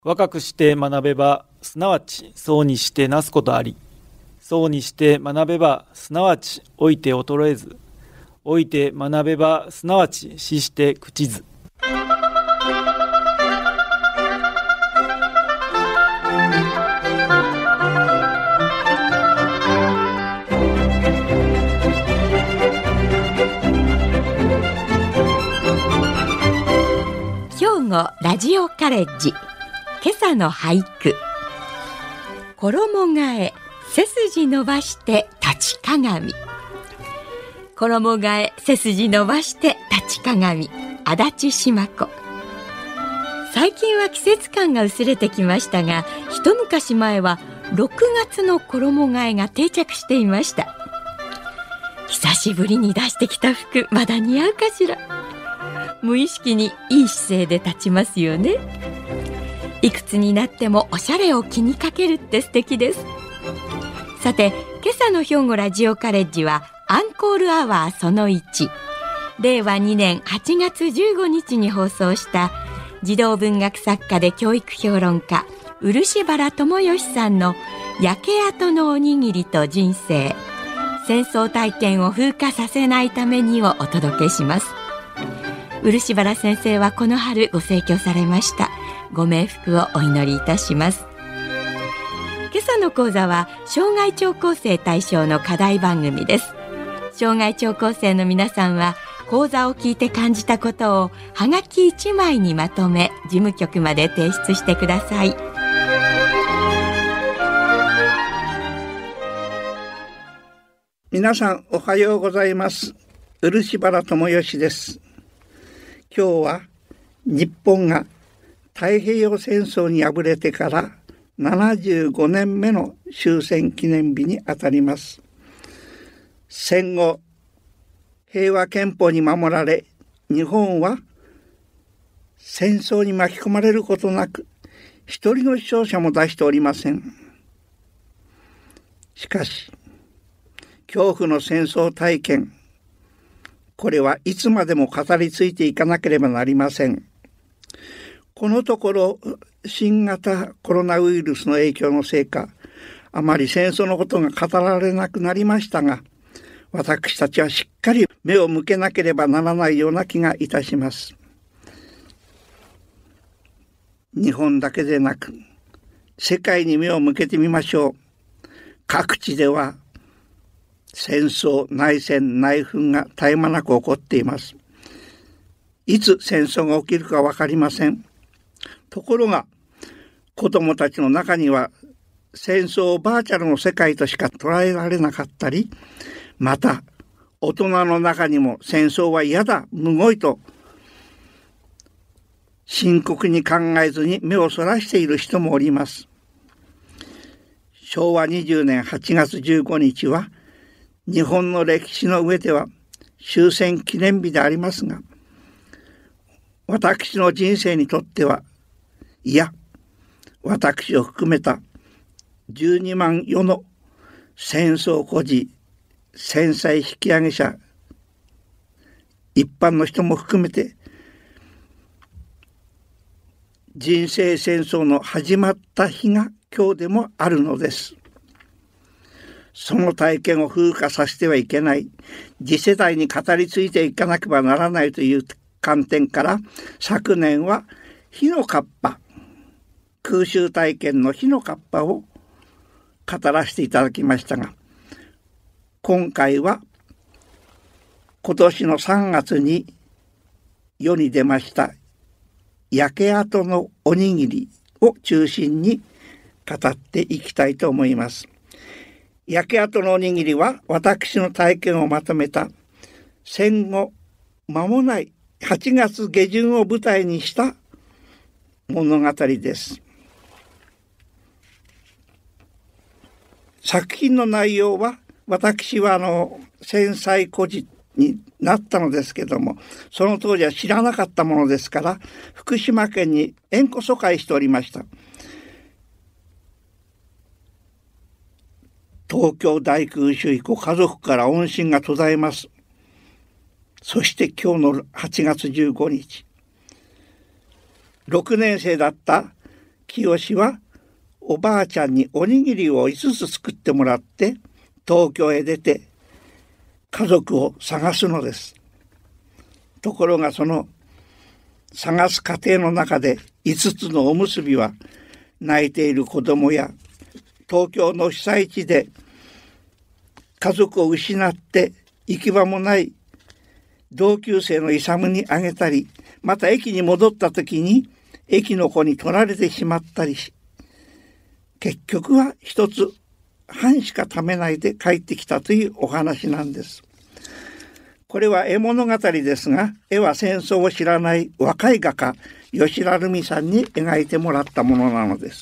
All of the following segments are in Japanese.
若くして学べば、すなわちそうにしてなすことあり。そうにして学べば、すなわち老いて衰えず。老いて学べば、すなわち死して朽ちず。 兵庫ラジオカレッジ、今朝の俳句。衣替え背筋伸ばして立ち鏡。衣替え背筋伸ばして立ち鏡、足立しま子。最近は季節感が薄れてきましたが、一昔前は6月の衣替えが定着していました。久しぶりに出してきた服、まだ似合うかしら。無意識にいい姿勢で立ちますよね。いくつになってもおしゃれを気にかけるって素敵です。さて、今朝の兵庫ラジオカレッジはアンコールアワーその1、令和2年8月15日に放送した児童文学作家で教育評論家漆原知良さんの焼け跡のおにぎりと人生、戦争体験を風化させないためにをお届けします。漆原先生はこの春ご逝去されました。ご冥福をお祈りいたします。今朝の講座は障害聴講生対象の課題番組です。障害聴講生の皆さんは講座を聞いて感じたことをはがき1枚にまとめ、事務局まで提出してください。 皆さんおはようございます。漆原知良です。今日は日本が太平洋戦争に敗れてから75年目の終戦記念日にあたります。戦後平和憲法に守られ、日本は戦争に巻き込まれることなく一人の死傷者も出しておりません。しかし恐怖の戦争体験、これはいつまでも語り継いでいかなければなりません。このところ新型コロナウイルスの影響のせいか、あまり戦争のことが語られなくなりましたが、私たちはしっかり目を向けなければならないような気がいたします。日本だけでなく世界に目を向けてみましょう。各地では戦争、内戦、内紛が絶え間なく起こっています。いつ戦争が起きるか分かりません。ところが子どもたちの中には戦争をバーチャルの世界としか捉えられなかったり、また大人の中にも戦争は嫌だ、むごいと深刻に考えずに目をそらしている人もおります。昭和20年8月15日は日本の歴史の上では終戦記念日でありますが、私の人生にとっては、いや私を含めた12万余の戦争孤児、戦災引き上げ者、一般の人も含めて人生戦争の始まった日が今日でもあるのです。その体験を風化させてはいけない、次世代に語り継いでいかなければならないという観点から、昨年は火のカッパ、空襲体験の火のカッパを語らせていただきましたが、今回は今年の3月に世に出ました焼け跡のおにぎりを中心に語っていきたいと思います。焼け跡のおにぎりは私の体験をまとめた戦後間もない8月下旬を舞台にした物語です。作品の内容は、私は戦災孤児になったのですけども、その当時は知らなかったものですから、福島県に縁故疎開しておりました。東京大空襲以降、家族から音信が途絶えます。そして今日の8月15日、6年生だった清はおばあちゃんにおにぎりを5つ作ってもらって東京へ出て家族を探すのです。ところがその探す過程の中で5つのおむすびは泣いている子供や東京の被災地で家族を失って行き場もない同級生の勇にあげたり、また駅に戻った時に駅の子に取られてしまったりし、結局は一つ半しか食べないで帰ってきたというお話なんです。これは絵物語ですが、絵は戦争を知らない若い画家吉良留美さんに描いてもらったものなのです。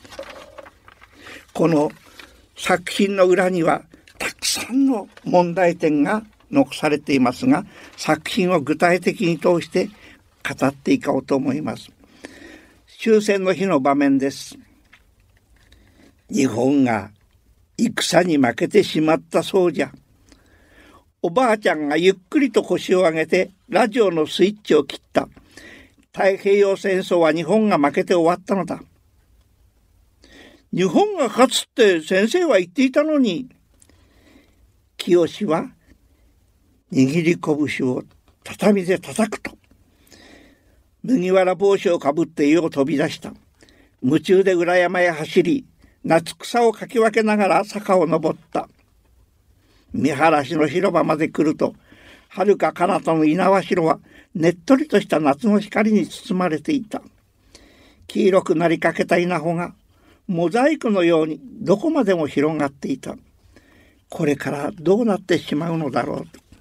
この作品の裏にはたくさんの問題点が残されていますが、作品を具体的に通して語っていこうと思います。終戦の日の場面です。日本が戦に負けてしまったそうじゃ。おばあちゃんがゆっくりと腰を上げてラジオのスイッチを切った。太平洋戦争は日本が負けて終わったのだ。日本が勝つって先生は言っていたのに。清は握り拳を畳で叩くと、麦わら帽子をかぶって家を飛び出した。夢中で裏山へ走り、夏草をかき分けながら坂を登った。見晴らしの広場まで来ると、遥か彼方の猪苗代はねっとりとした夏の光に包まれていた。黄色くなりかけた稲穂がモザイクのようにどこまでも広がっていた。これからどうなってしまうのだろうと。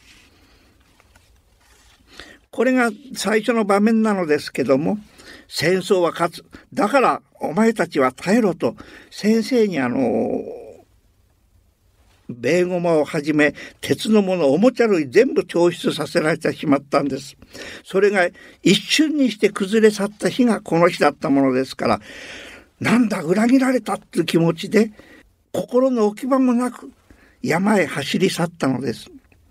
これが最初の場面なのですけども、戦争は勝つ。だからお前たちは耐えろと先生にベーゴマをはじめ鉄のものおもちゃ類全部調出させられてしまったんです。それが一瞬にして崩れ去った日がこの日だったものですから、なんだ裏切られたっていう気持ちで心の置き場もなく山へ走り去ったのです。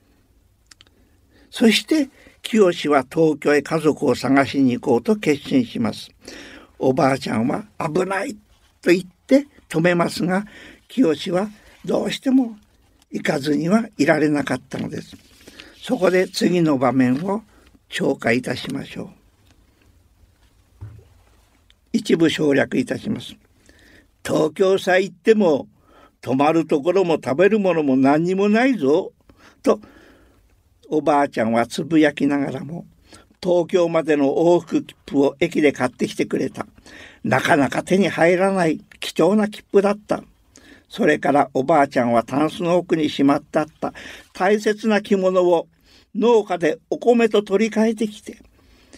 そして清は東京へ家族を探しに行こうと決心します。おばあちゃんは危ないと言って止めますが、清はどうしても行かずにはいられなかったのです。そこで次の場面を紹介いたしましょう。一部省略いたします。東京さえ行っても泊まるところも食べるものも何にもないぞとおばあちゃんはつぶやきながらも東京までの往復切符を駅で買ってきてくれた。なかなか手に入らない貴重な切符だった。それからおばあちゃんはタンスの奥にしまってあった大切な着物を農家でお米と取り替えてきて、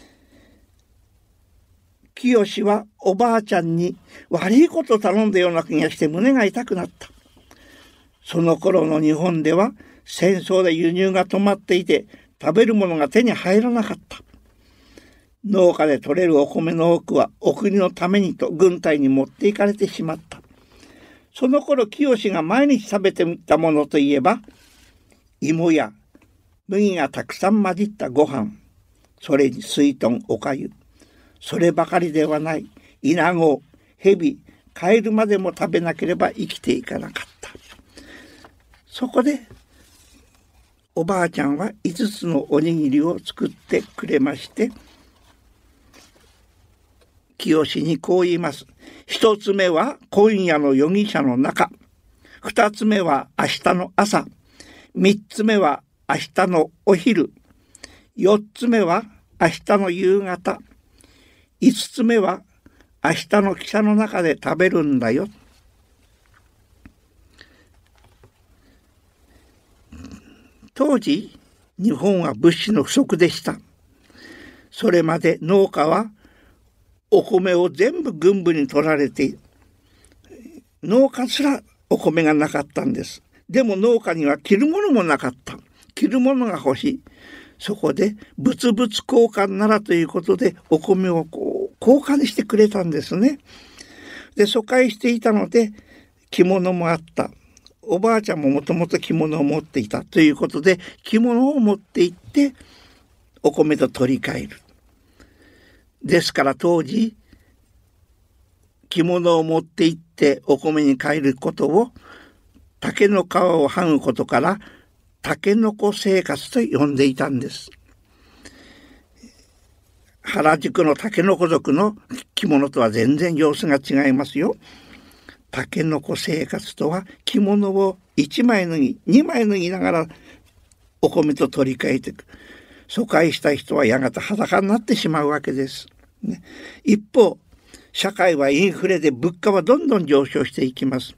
清はおばあちゃんに悪いこと頼んだような気がして胸が痛くなった。その頃の日本では戦争で輸入が止まっていて食べるものが手に入らなかった。農家で取れるお米の多くはお国のためにと軍隊に持っていかれてしまった。その頃清が毎日食べてみたものといえば芋や麦がたくさん混じったご飯、それにすいとんおかゆ、そればかりではない。イナゴ、ヘビ、カエルまでも食べなければ生きていかなかった。そこでおばあちゃんは5つのおにぎりを作ってくれまして、清にこう言います。1つ目は今夜の容疑者の中、2つ目は明日の朝、3つ目は明日のお昼、4つ目は明日の夕方、5つ目は明日の汽車の中で食べるんだよ。当時日本は物資の不足でした。それまで農家はお米を全部軍部に取られて、農家すらお米がなかったんです。でも農家には着るものもなかった。着るものが欲しい。そこで物々交換ならということでお米を交換してくれたんですね。で疎開していたので着物もあった。おばあちゃんももともと着物を持っていたということで着物を持って行ってお米と取り替える。ですから当時着物を持って行ってお米に変えることを竹の皮を剥ぐことから竹の子生活と呼んでいたんです。原宿の竹の子族の着物とは全然様子が違いますよ。竹の子生活とは着物を1枚脱ぎ2枚脱ぎながらお米と取り替えていく。疎開した人はやがて裸になってしまうわけです、ね。一方社会はインフレで物価はどんどん上昇していきます。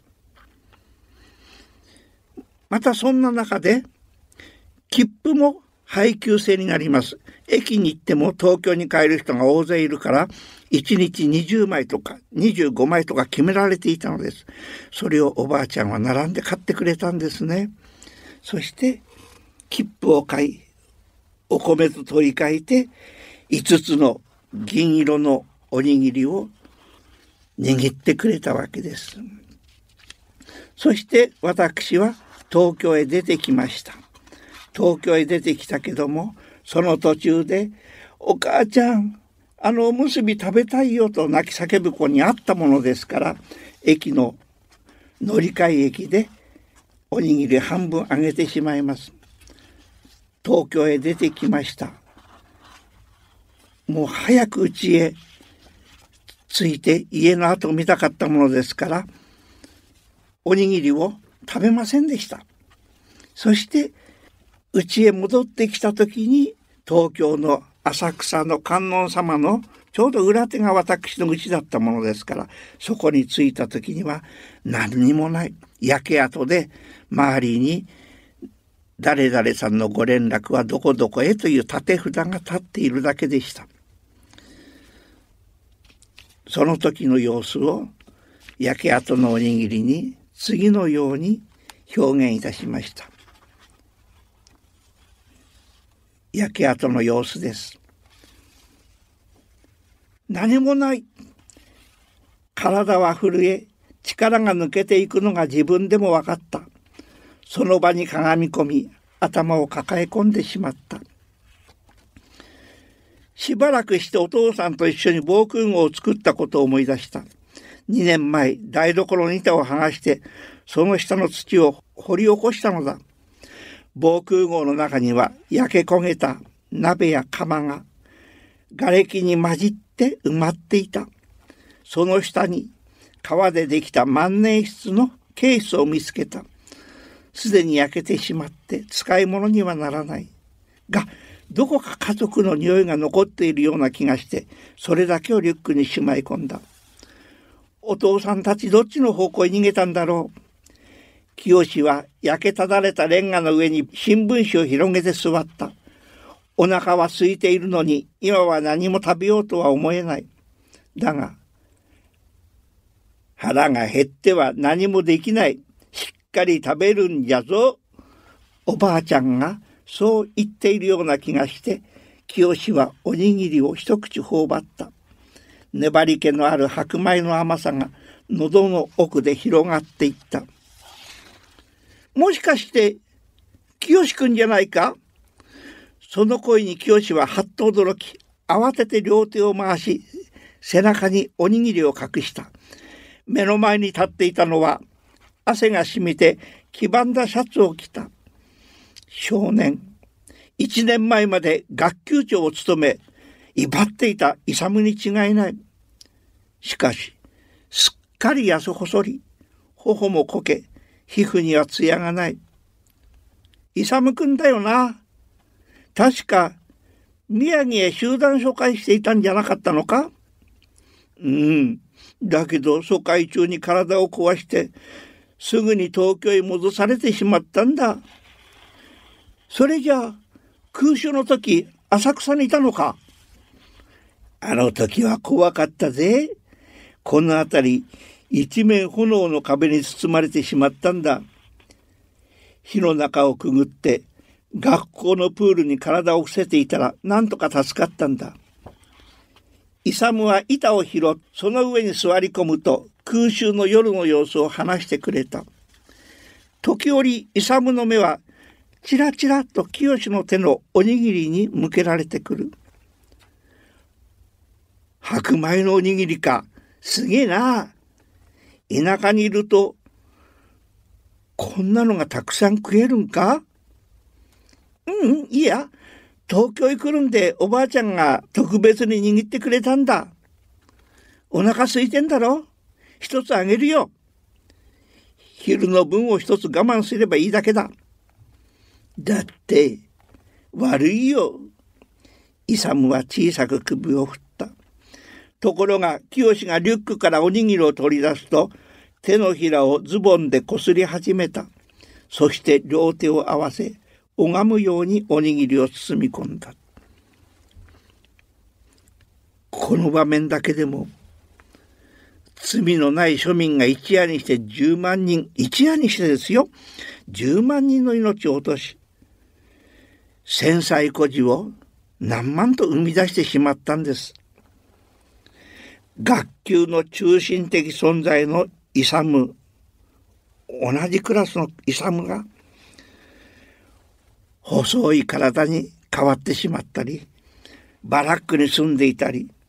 またそんな中で切符も配給制になります。駅に行っても東京に帰る人が大勢いるから1日20枚とか25枚とか決められていたのです。それをおばあちゃんは並んで買ってくれたんですね。そして切符を買いお米と取り替えて5つの銀色のおにぎりを握ってくれたわけです。そして私は東京へ出てきました。東京へ出てきたけどもその途中でお母ちゃんおむすび食べたいよと泣き叫ぶ子に会ったものですから駅の乗り換え駅でおにぎり半分あげてしまいます。東京へ出てきました。もう早く家へ着いて家の後を見たかったものですからおにぎりを食べませんでした。そして家へ戻ってきた時に東京の浅草の観音様のちょうど裏手が私の家だったものですからそこに着いた時には何にもない焼け跡で周りに誰々さんのご連絡はどこどこへという立て札が立っているだけでした。その時の様子を焼け跡のおにぎりに次のように表現いたしました。焼け跡の様子です。何もない。体は震え、力が抜けていくのが自分でも分かった。その場にかがみ込み、頭を抱え込んでしまった。しばらくしてお父さんと一緒に防空壕を作ったことを思い出した。2年前、台所の板を剥がして、その下の土を掘り起こしたのだ。防空壕の中には焼け焦げた鍋や釜が瓦礫に混じって埋まっていた。その下に革でできた万年筆のケースを見つけた。すでに焼けてしまって使い物にはならないが、どこか家族の匂いが残っているような気がしてそれだけをリュックにしまい込んだ。お父さんたちどっちの方向へ逃げたんだろう。清は焼けただれたレンガの上に新聞紙を広げて座った。お腹は空いているのに今は何も食べようとは思えない。だが腹が減っては何もできない。しっかり食べるんじゃぞ。おばあちゃんがそう言っているような気がして清はおにぎりを一口頬張った。粘り気のある白米の甘さが喉の奥で広がっていった。もしかして清くんじゃないか。その声に清ははっと驚き慌てて両手を回し背中におにぎりを隠した。目の前に立っていたのは汗が染みて黄ばんだシャツを着た少年。1年前まで学級長を務め威張っていた勇に違いない。しかしすっかり痩せ細り頬もこけ皮膚には艶がない。勇くんだよな。確か宮城へ集団疎開していたんじゃなかったのか。だけど疎開中に体を壊してすぐに東京へ戻されてしまったんだ。それじゃあ空襲の時浅草にいたのか。あの時は怖かったぜ。この辺り一面炎の壁に包まれてしまったんだ。火の中をくぐって学校のプールに体を伏せていたらなんとか助かったんだ。勇は板を拾ってその上に座り込むと空襲の夜の様子を話してくれた。時折勇の目はチラチラと清の手のおにぎりに向けられてくる。白米のおにぎりか。 すげえな。田舎にいるとこんなのがたくさん食えるんか？いや、東京へ来るんでおばあちゃんが特別に握ってくれたんだ。お腹空いてんだろ？一つあげるよ。昼の分を一つ我慢すればいいだけだ。だって悪いよ。勇は小さく首を振った。ところが清がリュックからおにぎりを取り出すと、手のひらをズボンでこすり始めた。そして両手を合わせ、拝むようにおにぎりを包み込んだ。この場面だけでも、罪のない庶民が一夜にして10万人、一夜にしてですよ、10万人の命を落とし、戦災孤児を何万と生み出してしまったんです。学級の中心的存在の勇、同じクラスの勇が細い体に変わってしまったり、バラックに住んでいたり、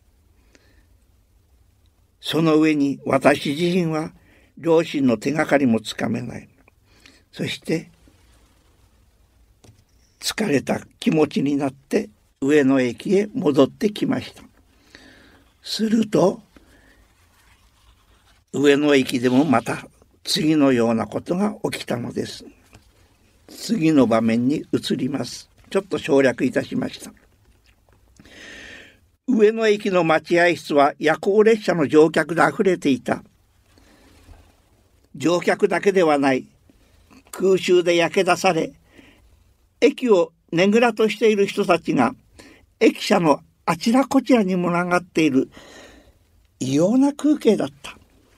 その上に私自身は両親の手がかりもつかめない。そして疲れた気持ちになって上野駅へ戻ってきました。すると上野駅でもまた次のようなことが起きたのです。次の場面に移ります。ちょっと省略いたしました。上野駅の待合室は夜行列車の乗客であふれていた。乗客だけではない。空襲で焼け出され、駅をねぐらとしている人たちが駅舎のあちらこちらに群がっている異様な風景だった。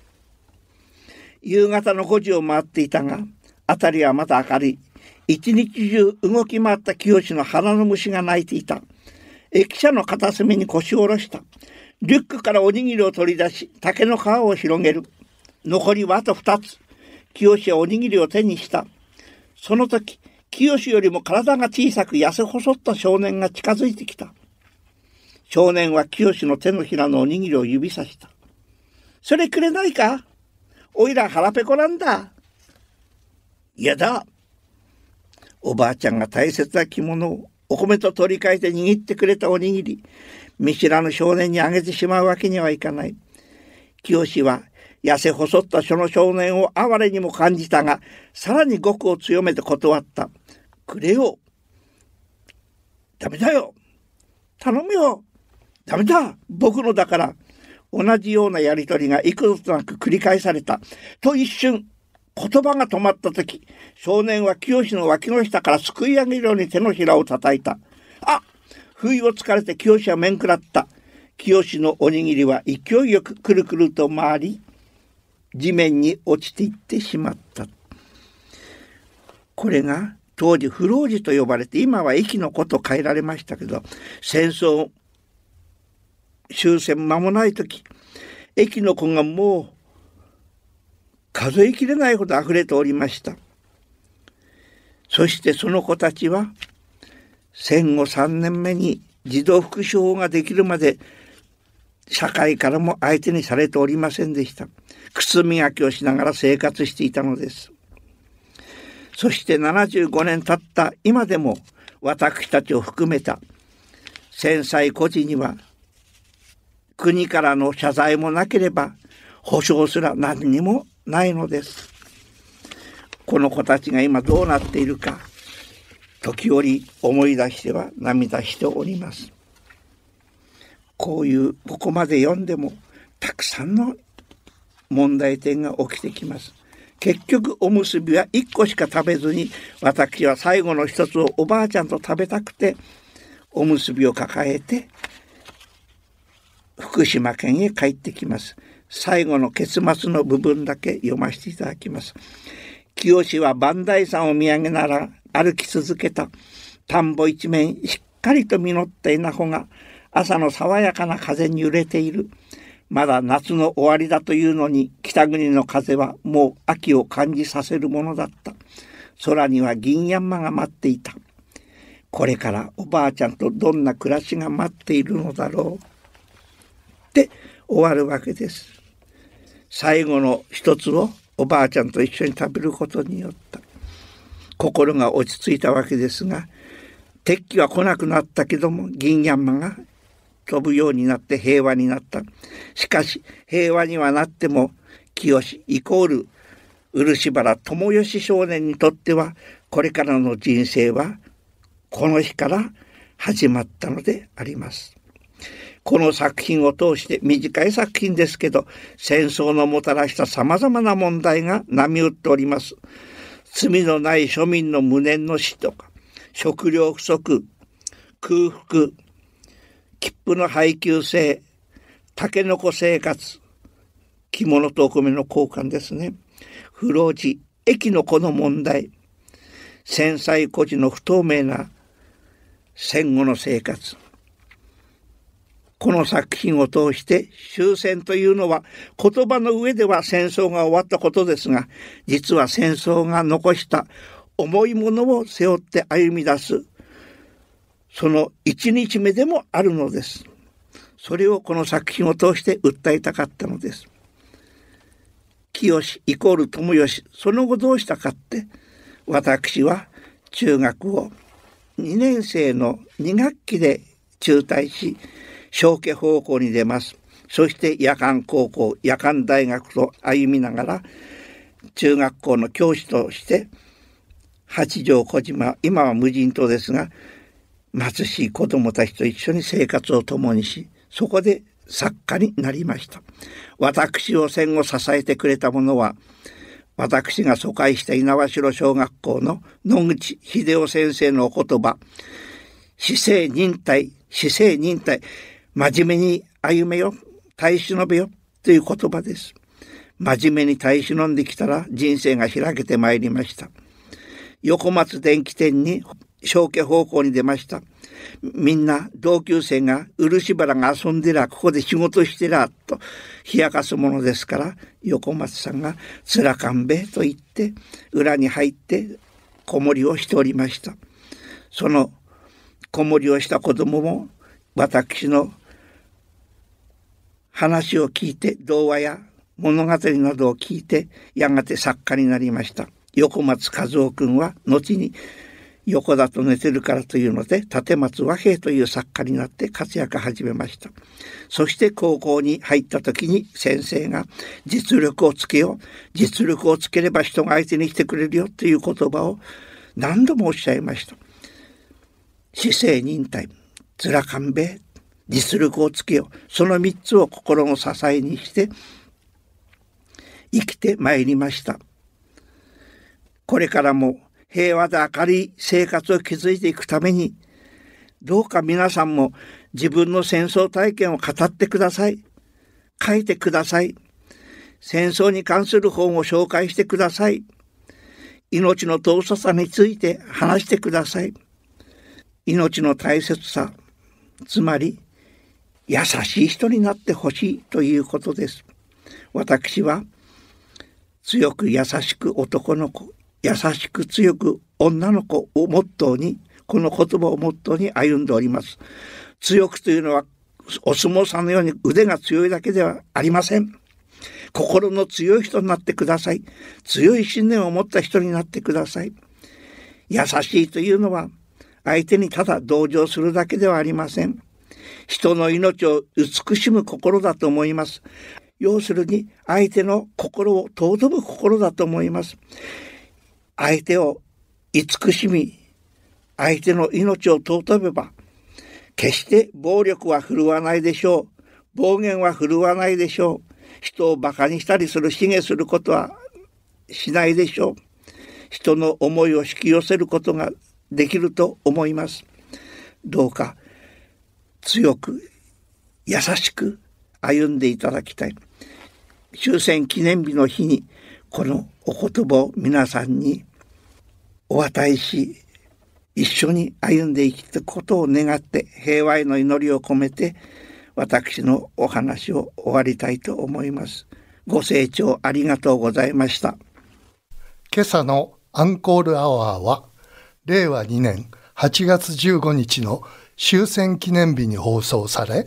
夕方の5時を回っていたが、辺りはまだ明るい。一日中動き回った清の鼻の虫が鳴いていた。駅舎の片隅に腰を下ろした。リュックからおにぎりを取り出し、竹の皮を広げる。残りはあと2つ。清はおにぎりを手にした。その時、清よりも体が小さく痩せ細った少年が近づいてきた。少年は清の手のひらのおにぎりを指さした。それくれないか？おいら腹ペコなんだ。いやだ。おばあちゃんが大切な着物をお米と取り替えて握ってくれたおにぎり、見知らぬ少年にあげてしまうわけにはいかない。清は痩せ細ったその少年を哀れにも感じたが、さらに語句を強めて断った。くれよ。ダメだよ。頼むよ。ダメだ。僕のだから。同じようなやりとりが幾度となく繰り返された。と一瞬、言葉が止まったとき、少年は清の脇の下からすくい上げるように手のひらを叩いた。あ！不意をつかれて清は面食らった。清のおにぎりは勢いよくくるくると回り、地面に落ちていってしまった。これが当時不老寺と呼ばれて、今は駅のこと変えられましたけど、戦争終戦間もない時、駅の子がもう数えきれないほどあふれておりました。そしてその子たちは戦後3年目に児童福祉法ができるまで社会からも相手にされておりませんでした。靴磨きをしながら生活していたのです。そして75年経った今でも、私たちを含めた戦災孤児には国からの謝罪もなければ保障すら何にもないのです。この子たちが今どうなっているか、時折思い出しては涙しております。ここまで読んでもたくさんの問題点が起きてきます。結局おむすびは1個しか食べずに、私は最後の一つをおばあちゃんと食べたくて、おむすびを抱えて福島県へ帰ってきます。最後の結末の部分だけ読ませていただきます。清は磐梯山を見上げながら歩き続けた。田んぼ一面しっかりと実った稲穂が朝の爽やかな風に揺れている。まだ夏の終わりだというのに、北国の風はもう秋を感じさせるものだった。空には銀山が待っていた。これからおばあちゃんとどんな暮らしが待っているのだろうって終わるわけです。 最後の一つをおばあちゃんと一緒に食べることによった心が落ち着いたわけですが、敵機は来なくなったけども銀山が飛ぶようになって平和になった。しかし平和にはなっても清イコール漆原友義少年にとってはこれからの人生はこの日から始まったのであります。この作品を通して短い作品ですけど、戦争のもたらしたさまざまな問題が波打っております。罪のない庶民の無念の死とか、食料不足、空腹、切符の配給制、タケノコ生活、着物とお米の交換ですね、不老児、駅のこの問題、戦災孤児の不透明な戦後の生活。この作品を通して終戦というのは言葉の上では戦争が終わったことですが、実は戦争が残した重いものを背負って歩み出すその一日目でもあるのです。それをこの作品を通して訴えたかったのです。清イコール友義、その後どうしたかって、私は中学を2年生の2学期で中退し、小家奉公に出ます。そして夜間高校、夜間大学と歩みながら中学校の教師として八丈小島、今は無人島ですが、貧しい子どもたちと一緒に生活を共にし、そこで作家になりました。私を戦後支えてくれたものは、私が疎開した猪苗代小学校の野口秀夫先生のお言葉、死生忍耐、死生忍耐、真面目に歩めよ、耐え忍べよという言葉です。真面目に耐え忍んできたら人生が開けてまいりました。横松電気店に小家奉公に出ました。みんな同級生が漆原が遊んでら、ここで仕事してらと冷やかすものですから、横松さんがつらかんべと言って裏に入って子守をしておりました。その子守をした子供も私の話を聞いて、童話や物語などを聞いてやがて作家になりました。横松和夫君は後に横田と寝てるからというので立松和平という作家になって活躍を始めました。そして高校に入った時に先生が実力をつけよう、実力をつければ人が相手に来てくれるよという言葉を何度もおっしゃいました。死生忍耐、つらかんべ、実力をつけよう、その3つを心の支えにして生きてまいりました。これからも平和で明るい生活を築いていくために、どうか皆さんも自分の戦争体験を語ってください。書いてください。戦争に関する本を紹介してください。命の尊さについて話してください。命の大切さ、つまり優しい人になってほしいということです。私は強く優しく男の子、優しく強く女の子をモットーに、この言葉をモットーに歩んでおります。強くというのはお相撲さんのように腕が強いだけではありません。心の強い人になってください。強い信念を持った人になってください。優しいというのは相手にただ同情するだけではありません。人の命を慈しむ心だと思います。要するに相手の心を尊ぶ心だと思います。相手を慈しみ、相手の命を尊べば、決して暴力は振るわないでしょう。暴言は振るわないでしょう。人をバカにしたりする、卑下することはしないでしょう。人の思いを引き寄せることができると思います。どうか強く優しく歩んでいただきたい。終戦記念日の日にこのお言葉を皆さんにお与えし、一緒に歩んでいくことを願って平和への祈りを込めて私のお話を終わりたいと思います。ご清聴ありがとうございました。 今朝のアンコールアワーは令和2年8月15日の終戦記念日に放送され、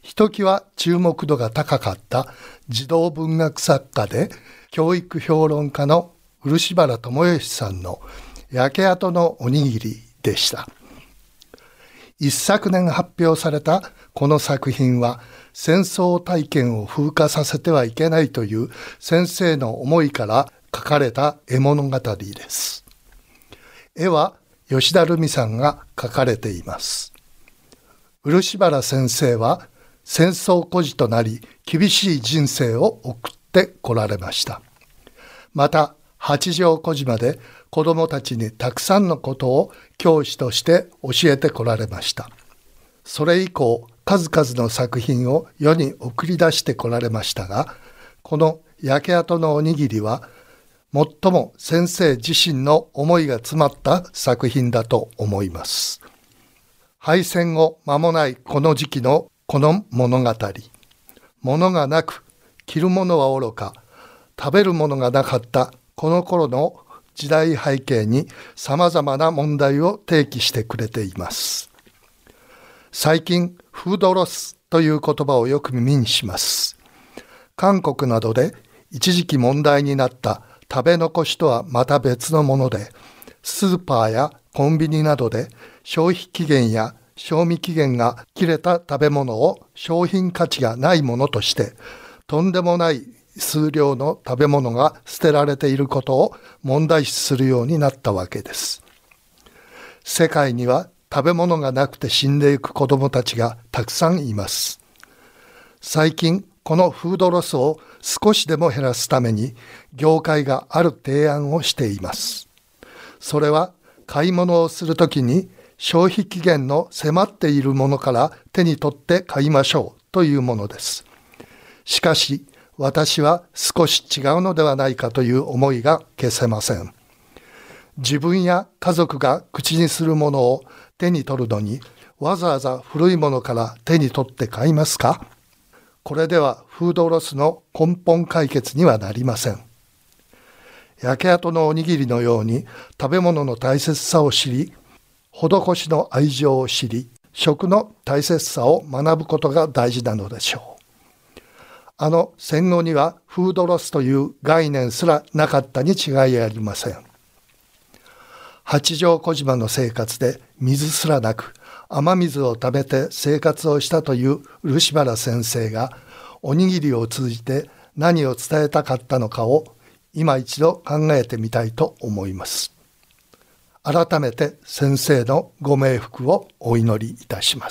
ひときわ注目度が高かった児童文学作家で教育評論家の漆原智義さんの焼け跡のおにぎりでした。一昨年発表されたこの作品は、戦争体験を風化させてはいけないという先生の思いから書かれた絵物語です。絵は吉田留美さんが描かれています。漆原先生は戦争孤児となり、厳しい人生を送ってこられました。また八丈小島で子どもたちにたくさんのことを教師として教えてこられました。それ以降、数々の作品を世に送り出してこられましたが、この焼け跡のおにぎりは最も先生自身の思いが詰まった作品だと思います。敗戦後間もないこの時期のこの物語。物がなく、着るものはおろか、食べるものがなかったこの頃の時代背景に様々な問題を提起してくれています。最近、フードロスという言葉をよく耳にします。韓国などで一時期問題になった食べ残しとはまた別のもので、スーパーやコンビニなどで消費期限や賞味期限が切れた食べ物を商品価値がないものとして、とんでもない数量の食べ物が捨てられていることを問題視するようになったわけです。世界には食べ物がなくて死んでいく子どもたちがたくさんいます。最近、このフードロスを少しでも減らすために業界がある提案をしています。それは買い物をするときに消費期限の迫っているものから手に取って買いましょうというものです。しかし私は少し違うのではないかという思いが消せません。自分や家族が口にするものを手に取るのにわざわざ古いものから手に取って買いますか？これではフードロスの根本解決にはなりません。焼け跡のおにぎりのように食べ物の大切さを知り、施しの愛情を知り、食の大切さを学ぶことが大事なのでしょう。戦後にはフードロスという概念すらなかったに違いありません。八丈小島の生活で水すらなく、雨水をためて生活をしたという漆原先生がおにぎりを通じて何を伝えたかったのかを今一度考えてみたいと思います。改めて先生のご冥福をお祈りいたします。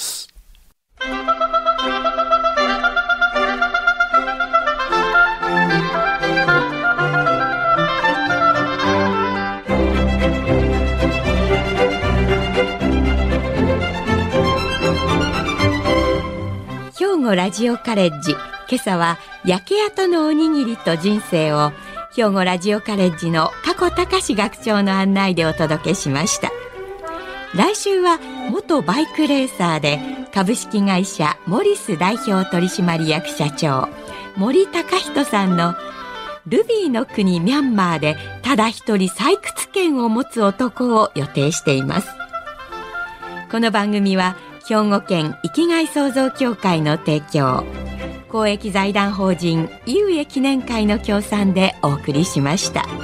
兵庫ラジオカレッジ、今朝は焼け跡のおにぎりと人生を兵庫ラジオカレッジの加古隆学長の案内でお届けしました。来週は元バイクレーサーで株式会社モリス代表取締役社長森高人さんのルビーの国ミャンマーでただ一人採掘権を持つ男を予定しています。この番組は兵庫県生きがい創造協会の提供、公益財団法人井上記念会の協賛でお送りしました。